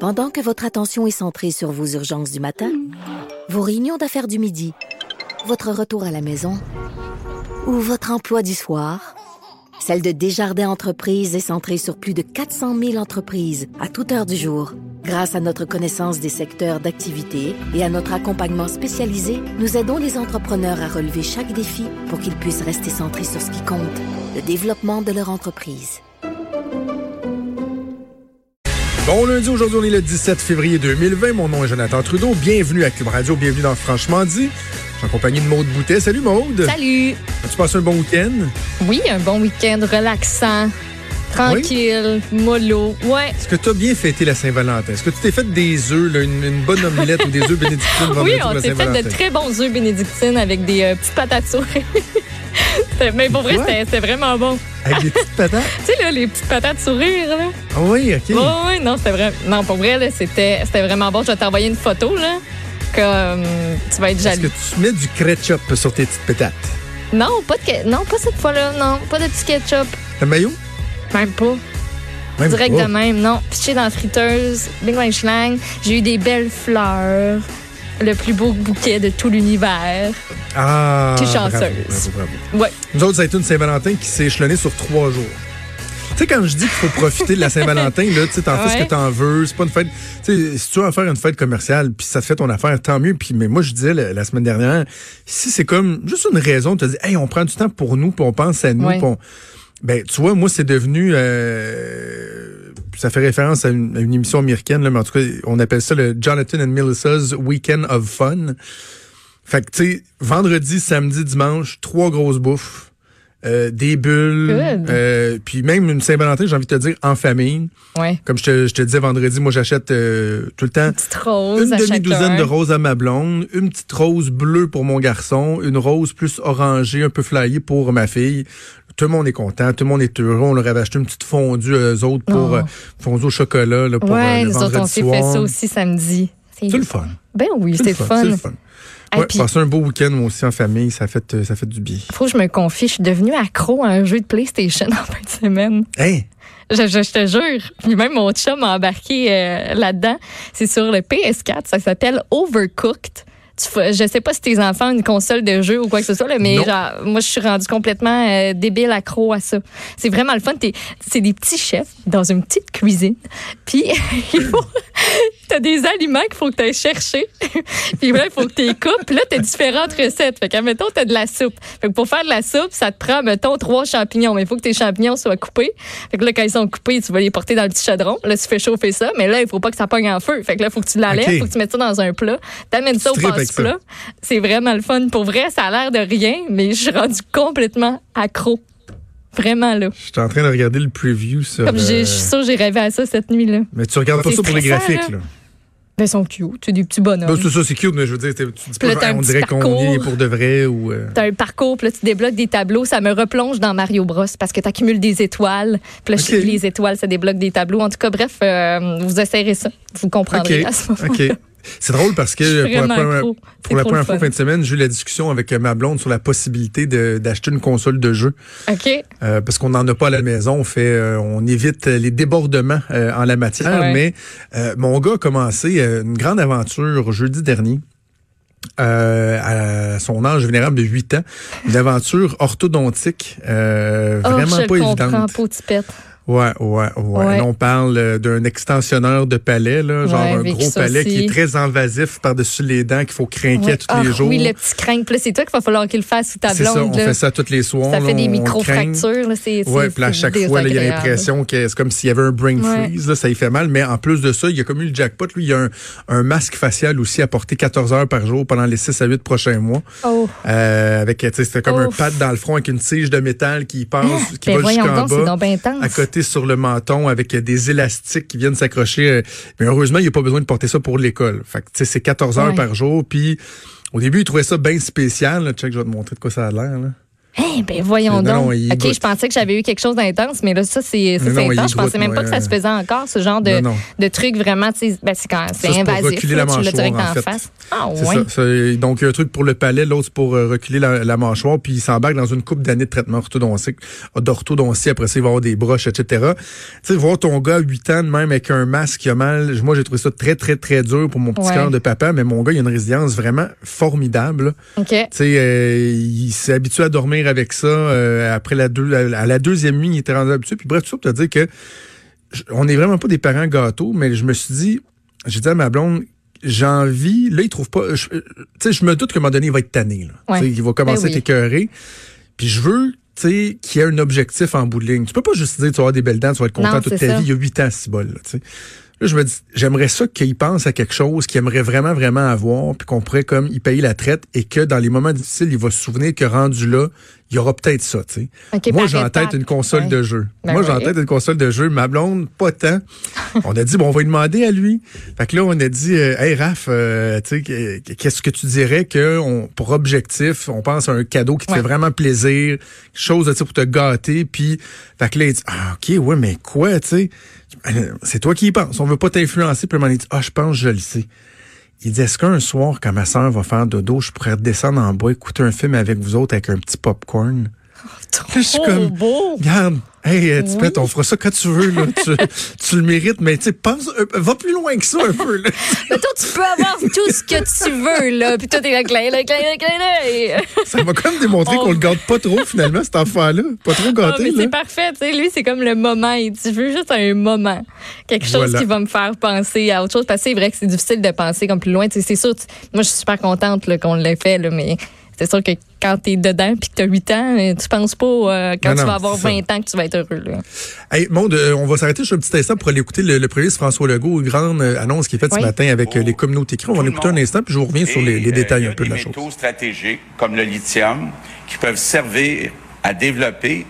Pendant que votre attention est centrée sur vos urgences du matin, vos réunions d'affaires du midi, votre retour à la maison ou votre emploi du soir, celle de Desjardins Entreprises est centrée sur plus de 400 000 entreprises à toute heure du jour. Grâce à notre connaissance des secteurs d'activité et à notre accompagnement spécialisé, nous aidons les entrepreneurs à relever chaque défi pour qu'ils puissent rester centrés sur ce qui compte, le développement de leur entreprise. Bon lundi, aujourd'hui on est le 17 février 2020. Mon nom est Jonathan Trudeau. Bienvenue à Cube Radio, bienvenue dans Franchement dit. Je suis en compagnie de Maude Boutet. Salut Maude. Salut. As-tu passé un bon week-end? Oui, un bon week-end relaxant, tranquille, mollo. Ouais. Est-ce que tu as bien fêté la Saint-Valentin? Est-ce que tu t'es fait des œufs, là, une bonne omelette ou des œufs bénédictines vendredi pour la Saint-Valentin? Oui, on s'est fait de très bons œufs bénédictines avec des petites patates sourires. Mais pour vrai, c'était vraiment bon. Avec des petites patates? Tu sais, là, les petites patates sourires, là. Ah oui, OK. Oui, non, c'était vrai. Non, pour vrai, là, c'était vraiment bon. Je vais t'envoyer une photo, là, comme tu vas être jaloux. Est-ce que tu mets du ketchup sur tes petites patates? Non, pas cette fois-là. Non, pas de petit ketchup. Le maillot? Même pas. Même Direct pas. de même, non. Piché dans la friteuse, bing bang schlang. J'ai eu des belles fleurs. Le plus beau bouquet de tout l'univers. Ah, Je suis chanceuse. Bravo. Ouais. Nous autres, ça a été une Saint-Valentin qui s'est échelonnée sur 3 jours. Tu sais, quand je dis qu'il faut profiter de la Saint-Valentin, là, tu sais, t'en fais ce que t'en veux. C'est pas une fête. Tu sais, si tu veux en faire une fête commerciale, puis ça te fait ton affaire, tant mieux. Puis, mais moi, je disais la semaine dernière, si c'est comme juste une raison, tu te dis, hey, on prend du temps pour nous, puis on pense à nous, Ouais. ben, tu vois, moi, c'est devenu, ça fait référence à une émission américaine, là, mais en tout cas, on appelle ça le Jonathan and Melissa's Weekend of Fun. Fait que, tu sais, vendredi, samedi, dimanche, 3 grosses bouffes, des bulles, puis même une Saint-Valentin, j'ai envie de te dire, en famille. Ouais. Comme je te disais vendredi, moi, j'achète tout le temps Une petite rose une à demi-douzaine chacun. de roses à ma blonde, une petite rose bleue pour mon garçon, une rose plus orangée, un peu flyée pour ma fille. Tout le monde est content, tout le monde est heureux. On leur avait acheté une petite fondue eux autres pour fondue au chocolat là, pour Ouais, le nous autres, on vendredi s'est soir. fait ça aussi samedi. C'est le fun. Ben oui, C'est c'était le fun. C'est le fun. Ouais, puis- passer un beau week-end moi aussi en famille, ça fait du bien. Faut que je me confie, je suis devenue accro à un jeu de PlayStation en fin de semaine. Hey! Je te jure. Puis même mon chum m'a embarqué là-dedans. C'est sur le PS4. Ça s'appelle Overcooked. Je sais pas si tes enfants ont une console de jeu ou quoi que ce soit, là, mais Non. genre, moi, je suis rendue complètement débile, accro à ça. C'est vraiment le fun. C'est des petits chefs dans une petite cuisine. Puis, t'as des aliments qu'il faut que tu ailles chercher. Puis là, il faut que tu les coupes. Puis là, t'as différentes recettes. Fait qu'admettons, t'as de la soupe. Fait que pour faire de la soupe, ça te prend, mettons, 3 champignons. Mais il faut que tes champignons soient coupés. Fait que là, quand ils sont coupés, tu vas les porter dans le petit chaudron. Là, tu fais chauffer ça. Mais là, il faut pas que ça pogne en feu. Fait que là, il faut que tu l'enlèves. OK. Faut que tu mettes ça dans un plat. T'amènes ça au tripes avec passe-plat. C'est vraiment le fun. Pour vrai, ça a l'air de rien, mais je suis rendue complètement accro. Vraiment, là. Je suis en train de regarder le preview sur... Comme je suis sûre que j'ai rêvé à ça cette nuit-là. Mais tu regardes pas C'est ça pour les stressant, graphiques, là. là. Ben, ils sont cute. C'est des petits bonhommes. Ben, c'est ça, c'est cute, mais je veux dire, tu dis Puis là, pas, t'as un on petit dirait qu'on parcours. y est pour de vrai ou... T'as un parcours, puis là, tu débloques des tableaux. Ça me replonge dans Mario Bros parce que t'accumules des étoiles. Puis là, OK. les étoiles, ça débloque des tableaux. En tout cas, bref, vous essayerez ça. Vous comprendrez à ce moment-là. OK. C'est drôle parce que Je suis pour la vraiment première, accro. pour C'est la trop première le fois en fun. fin de semaine, j'ai eu la discussion avec ma blonde sur la possibilité d'acheter une console de jeu. OK. Parce qu'on n'en a pas à la maison. On évite les débordements en la matière. Ouais. Mais mon gars a commencé une grande aventure jeudi dernier. À son âge vénérable de 8 ans. Une aventure orthodontique vraiment je pas le comprends, évidente. Pautipette. Ouais. Ouais. Là, on parle d'un extensionneur de palais, là, genre Ouais, un vécu gros ça palais qui aussi. est très invasif par-dessus les dents, qu'il faut craquer Ouais. tous les jours. Oui, le petit crinque. Puis là, c'est toi qu'il va falloir qu'il le fasse sous ta C'est ça, blonde. on là. fait ça tous les soirs. Ça là, fait des on micro-fractures. Là, Oui, puis à chaque fois, là, il y a désagréable. l'impression que c'est comme s'il y avait un brain freeze, là, ça y fait mal. Mais en plus de ça, il y a comme eu le jackpot. Lui, il y a un masque facial aussi à porter 14 heures par jour pendant les 6 à 8 prochains mois. Oh. Avec, tu sais, c'était comme un Ouf. pad dans le front avec une tige de métal qui passe, qui Ben va voyons jusqu'en donc, c'est bas. donc bien intense. À côté sur le menton avec des élastiques qui viennent s'accrocher. Mais heureusement, il n'y a pas besoin de porter ça pour l'école. Fait que, tu sais, c'est 14 heures Ouais. par jour. Puis, au début, il trouvait ça bien spécial. Là. Check, je vais te montrer de quoi ça a l'air. Là. Ben voyons Non, donc. il OK, goûte. je pensais que j'avais eu quelque chose d'intense, mais là, ça, c'est Non, il intense. Je pensais goûte, même pas que ça se faisait encore, ce genre de truc vraiment, tu sais, c'est Ça, invasif. pour reculer là, la tu l'as direct mâchoire, en en fait. face. Ah, C'est ouais. ça. Donc, il y a un truc pour le palais, l'autre c'est pour reculer la mâchoire, puis il s'embarque dans une couple d'années de traitement d'orthodontie. Après ça, il va avoir des broches, etc. Tu sais, voir ton gars à 8 ans, même avec un masque qui a mal, moi, j'ai trouvé ça très, très, très dur pour mon petit cœur de papa, mais mon gars, il a une résilience vraiment formidable, là. OK. Tu sais, il s'est habitué à dormir avec ça. Après à la deuxième nuit, il était rendu habitué. Puis bref, tout ça pour te dire que on n'est vraiment pas des parents gâteaux, mais je me suis dit, j'ai dit à ma blonde, j'ai envie, là, il trouve pas, tu sais, je me doute qu'à un moment donné, il va être tanné, là. Tu sais, il va commencer à t'écœurer. Puis je veux, tu sais, qu'il y ait un objectif en bout de ligne. Tu peux pas juste dire, tu vas avoir des belles dents, tu vas être content toute ta vie. Il y a 8 ans, c'est bol, là, tu sais. Là, je me dis, j'aimerais ça qu'il pense à quelque chose qu'il aimerait vraiment, vraiment avoir, puis qu'on pourrait comme y payer la traite et que dans les moments difficiles, il va se souvenir que rendu là, il y aura peut-être ça, tu sais. Okay, moi, j'ai en tête une console de jeu. Moi, j'ai en tête une console de jeu. Ma blonde, pas tant. On a dit, bon, on va lui demander à lui. Fait que là, on a dit, hey, Raph, tu sais, qu'est-ce que tu dirais que pour objectif, on pense à un cadeau qui te fait vraiment plaisir, quelque chose, tu sais, pour te gâter, puis, fait que là, il dit, ah, OK, ouais, mais quoi, tu sais? C'est toi qui y penses. On veut pas t'influencer. Puis il dit, je pense, je le sais. Il dit, est-ce qu'un soir, quand ma soeur va faire dodo, je pourrais descendre en bas, écouter un film avec vous autres avec un petit popcorn? Je suis comme, beau. Regarde, hey, Tipette, on fera ça quand tu veux, là. tu le mérites, mais tu sais, va plus loin que ça un peu, là. Mais toi, tu peux avoir tout ce que tu veux, là. Puis toi, t'es là, clin d'œil. Ça m'a quand même démontré qu'on le garde pas trop, finalement, cet enfant-là. Pas trop gâté, mais là. c'est parfait, tu sais. Lui, c'est comme le moment. Il dit, je veux juste un moment. Quelque chose qui va me faire penser à autre chose. Parce que c'est vrai que c'est difficile de penser comme plus loin. Tu sais, c'est sûr, moi, je suis super contente là, qu'on l'ait fait, là, mais c'est sûr que quand t'es dedans puis que t'as 8 ans, tu penses pas quand tu vas avoir 20 ans que tu vas être heureux. Là. Hey, Maude, on va s'arrêter juste un petit instant pour aller écouter le premier ministre François Legault, une grande annonce qui est faite ce matin avec les communautés écrites. On va l'écouter un instant puis je vous reviens sur les détails un peu de la chose. Il y a des métaux stratégiques comme le lithium qui peuvent servir à développer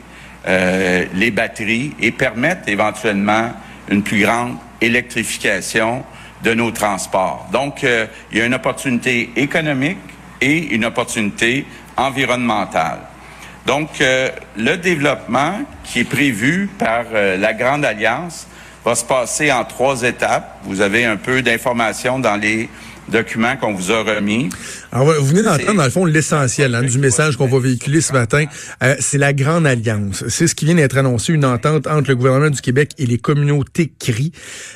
les batteries et permettre éventuellement une plus grande électrification de nos transports. Donc, il y a une opportunité économique et une opportunité environnementale. Donc, le développement qui est prévu par la Grande Alliance va se passer en 3 étapes. Vous avez un peu d'informations dans les documents qu'on vous a remis. Alors, vous venez d'entendre, dans le fond, l'essentiel du message qu'on va véhiculer ce matin. C'est la Grande Alliance. C'est ce qui vient d'être annoncé, une entente entre le gouvernement du Québec et les communautés CRI.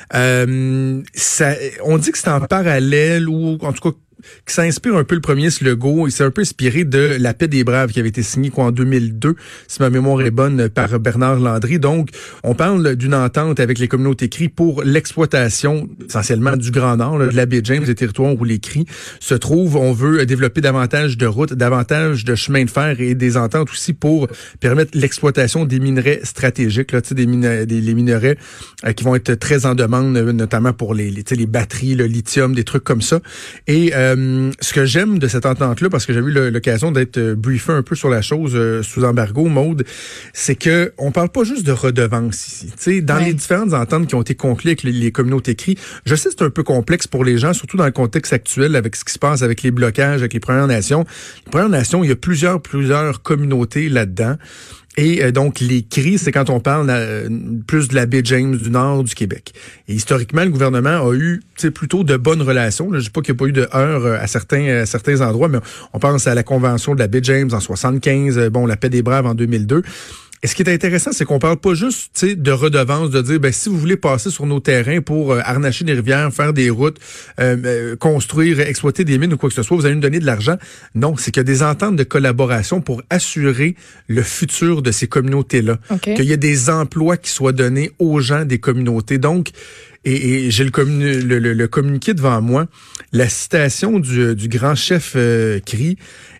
On dit que c'est en parallèle ou, en tout cas, qui s'inspire un peu le premier ministre Legault. Il s'est un peu inspiré de la paix des Braves qui avait été signée en 2002, si ma mémoire est bonne, par Bernard Landry. Donc, on parle d'une entente avec les communautés CRI pour l'exploitation essentiellement du Grand Nord, là, de la baie James, des territoires où les CRI se trouvent. On veut développer davantage de routes, davantage de chemins de fer et des ententes aussi pour permettre l'exploitation des minerais stratégiques, là, les minerais qui vont être très en demande, notamment pour les batteries, le lithium, des trucs comme ça. Et ce que j'aime de cette entente-là, parce que j'ai eu l'occasion d'être briefé un peu sur la chose sous embargo, Maude, c'est que on parle pas juste de redevances ici. T'sais, dans les différentes ententes qui ont été conclues avec les communautés CRI, je sais que c'est un peu complexe pour les gens, surtout dans le contexte actuel avec ce qui se passe avec les blocages, avec les Premières Nations. Les Premières Nations, il y a plusieurs communautés là-dedans. Et donc, les CRI, c'est quand on parle plus de la baie James du nord du Québec. Et historiquement, le gouvernement a eu plutôt de bonnes relations. Là, je dis pas qu'il n'y a pas eu de heurts à certains endroits, mais on pense à la Convention de la baie James en 75, la paix des Braves en 2002. Et ce qui est intéressant, c'est qu'on parle pas juste de redevances, de dire si vous voulez passer sur nos terrains pour harnacher des rivières, faire des routes, construire, exploiter des mines ou quoi que ce soit, vous allez nous donner de l'argent. Non, c'est qu'il y a des ententes de collaboration pour assurer le futur de ces communautés-là. Okay. Qu'il y ait des emplois qui soient donnés aux gens des communautés. Donc, et j'ai le communiqué devant moi, la citation du grand chef CRI,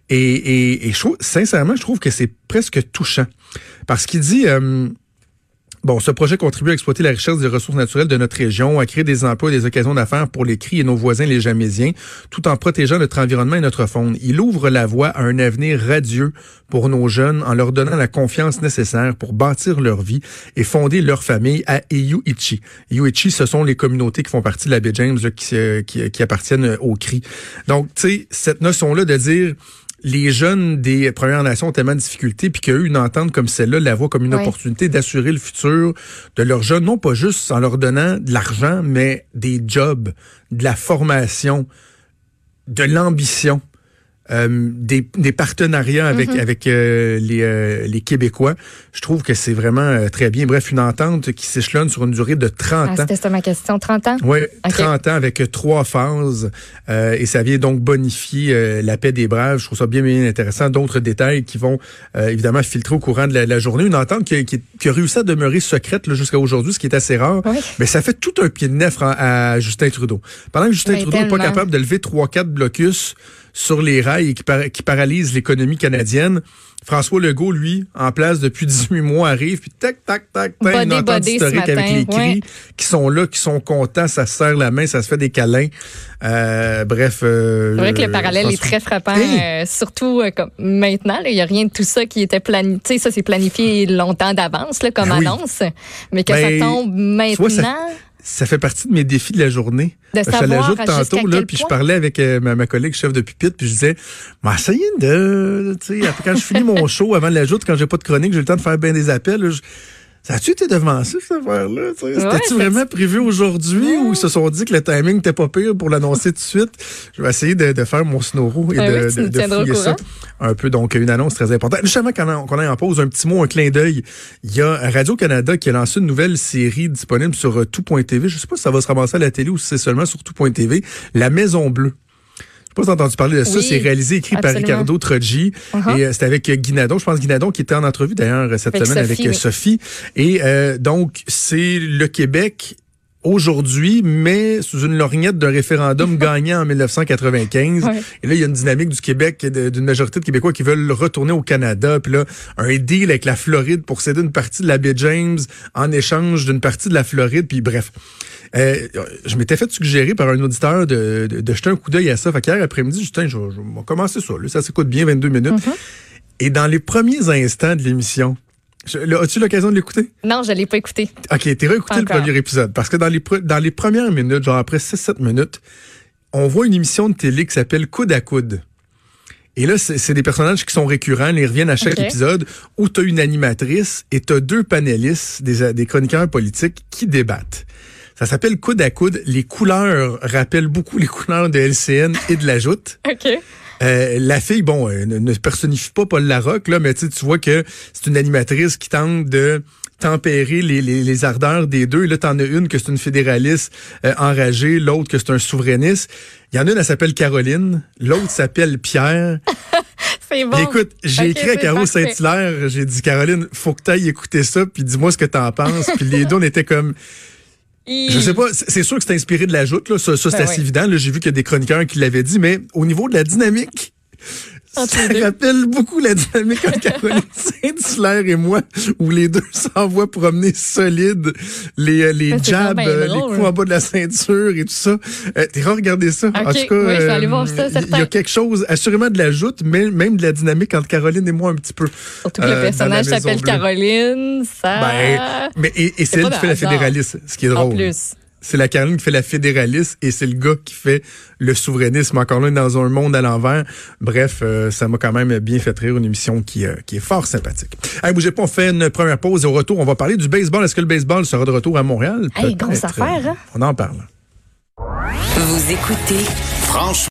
et sincèrement, je trouve que c'est presque touchant. Parce qu'il dit, ce projet contribue à exploiter la richesse des ressources naturelles de notre région, à créer des emplois et des occasions d'affaires pour les CRI et nos voisins les Jamésiens, tout en protégeant notre environnement et notre faune. Il ouvre la voie à un avenir radieux pour nos jeunes en leur donnant la confiance nécessaire pour bâtir leur vie et fonder leur famille à Eyu-Ichi. Eyu-Ichi, ce sont les communautés qui font partie de la baie James qui appartiennent aux CRI. Donc, tu sais, cette notion-là de dire les jeunes des Premières Nations ont tellement de difficultés, puis qu'eux, une entente comme celle-là, la voient comme une opportunité d'assurer le futur de leurs jeunes, non pas juste en leur donnant de l'argent, mais des jobs, de la formation, de l'ambition. Des partenariats avec les Québécois. Je trouve que c'est vraiment très bien. Bref, une entente qui s'échelonne sur une durée de 30 ans. C'était ça ma question, 30 ans? Oui, 30 ans avec 3 phases. Et ça vient donc bonifier la paix des braves. Je trouve ça bien intéressant. D'autres détails qui vont évidemment filtrer au courant de la journée. Une entente qui a réussi à demeurer secrète jusqu'à aujourd'hui, ce qui est assez rare. Oui. Mais ça fait tout un pied de nez à Justin Trudeau. Pendant que Justin Trudeau n'est pas capable de lever 3-4 blocus sur les rails et qui paralyse l'économie canadienne, François Legault, lui, en place depuis 18 mois, arrive, puis tac, une entente historique avec les cris qui sont là, qui sont contents, ça se serre la main, ça se fait des câlins. Bref. C'est vrai que le parallèle est très frappant, surtout comme maintenant. Il n'y a rien de tout ça qui était planifié. Ça, c'est planifié longtemps d'avance comme annonce, mais que ça tombe maintenant. Ça fait partie de mes défis de la journée. De savoir je l'ajoute tantôt, là, puis je parlais avec ma collègue chef de pupitre, puis je disais, essayez de, tu sais, après quand je finis mon show, avant de l'ajoute, quand j'ai pas de chronique, j'ai le temps de faire bien des appels, là, ça a-tu été devancé, cette affaire-là? C'était-tu vraiment prévu aujourd'hui ou ils se sont dit que le timing n'était pas pire pour l'annoncer tout de suite? Je vais essayer de faire mon snoro et de fouiller ça un peu. Donc, une annonce très importante. Justement, qu'on en pose un petit mot, un clin d'œil, il y a Radio-Canada qui a lancé une nouvelle série disponible sur tout.tv. Je sais pas si ça va se ramasser à la télé ou si c'est seulement sur tout.tv. La Maison Bleue. Je sais pas si t'as entendu parler de ça. C'est réalisé, écrit par Ricardo Troggi. Et c'est avec Guy Nadon. Je pense Guy Nadon qui était en entrevue d'ailleurs cette semaine avec Sophie. Et donc, c'est le Québec aujourd'hui, mais sous une lorgnette d'un référendum gagné en 1995. Et là, il y a une dynamique du Québec, d'une majorité de Québécois qui veulent retourner au Canada. Puis là, un deal avec la Floride pour céder une partie de la baie James en échange d'une partie de la Floride. Puis bref. Je m'étais fait suggérer par un auditeur de jeter un coup d'œil à ça. Fait qu'hier après-midi, Justin, je vais commencer ça. Là, ça s'écoute bien, 22 minutes. Et dans les premiers instants de l'émission, as-tu l'occasion de l'écouter? Non, je l'ai pas écouté. OK, t'es réécouté le premier épisode. Parce que dans les premières minutes, genre après 6-7 minutes, on voit une émission de télé qui s'appelle Coude à coude. Et là, c'est des personnages qui sont récurrents, ils reviennent à chaque épisode, où tu as une animatrice et tu as 2 panélistes, des chroniqueurs politiques, qui débattent. Ça s'appelle Coude à coude. Les couleurs rappellent beaucoup les couleurs de LCN et de la Joute. OK. La fille, ne personnifie pas Paul Larocque, là, mais tu vois que c'est une animatrice qui tente de tempérer les ardeurs des deux. Et là, t'en as une que c'est une fédéraliste enragée, l'autre que c'est un souverainiste. Il y en a une, elle s'appelle Caroline, l'autre s'appelle Pierre. C'est bon. Et écoute, j'ai écrit à Caro Saint-Hilaire, j'ai dit, Caroline, faut que t'ailles écouter ça, puis dis-moi ce que t'en penses. Puis les deux, on était comme... Je sais pas, c'est sûr que c'est inspiré de la Joute, là. Ça c'est assez évident. Là, j'ai vu qu'il y a des chroniqueurs qui l'avaient dit, mais au niveau de la dynamique, ça rappelle beaucoup la dynamique entre Caroline Saint-Hilaire et moi, où les deux s'envoient promener solide les jabs, les coups en bas de la ceinture et tout ça. T'es regardé ça. Okay. En tout cas, je vais aller voir ça. Il y a quelque chose, assurément de la Joute, mais même de la dynamique entre Caroline et moi un petit peu. Surtout que le personnage s'appelle Caroline, ça... et c'est elle qui fait la fédéraliste, ce qui est drôle. En plus. C'est la Caroline qui fait la fédéraliste et c'est le gars qui fait le souverainisme. Encore là, dans un monde à l'envers. Bref, ça m'a quand même bien fait rire. Une émission qui est fort sympathique. Hey, bougez pas, on fait une première pause et au retour, on va parler du baseball. Est-ce que le baseball sera de retour à Montréal? Hey, grosse affaire, hein? On en parle. Vous écoutez Franchement.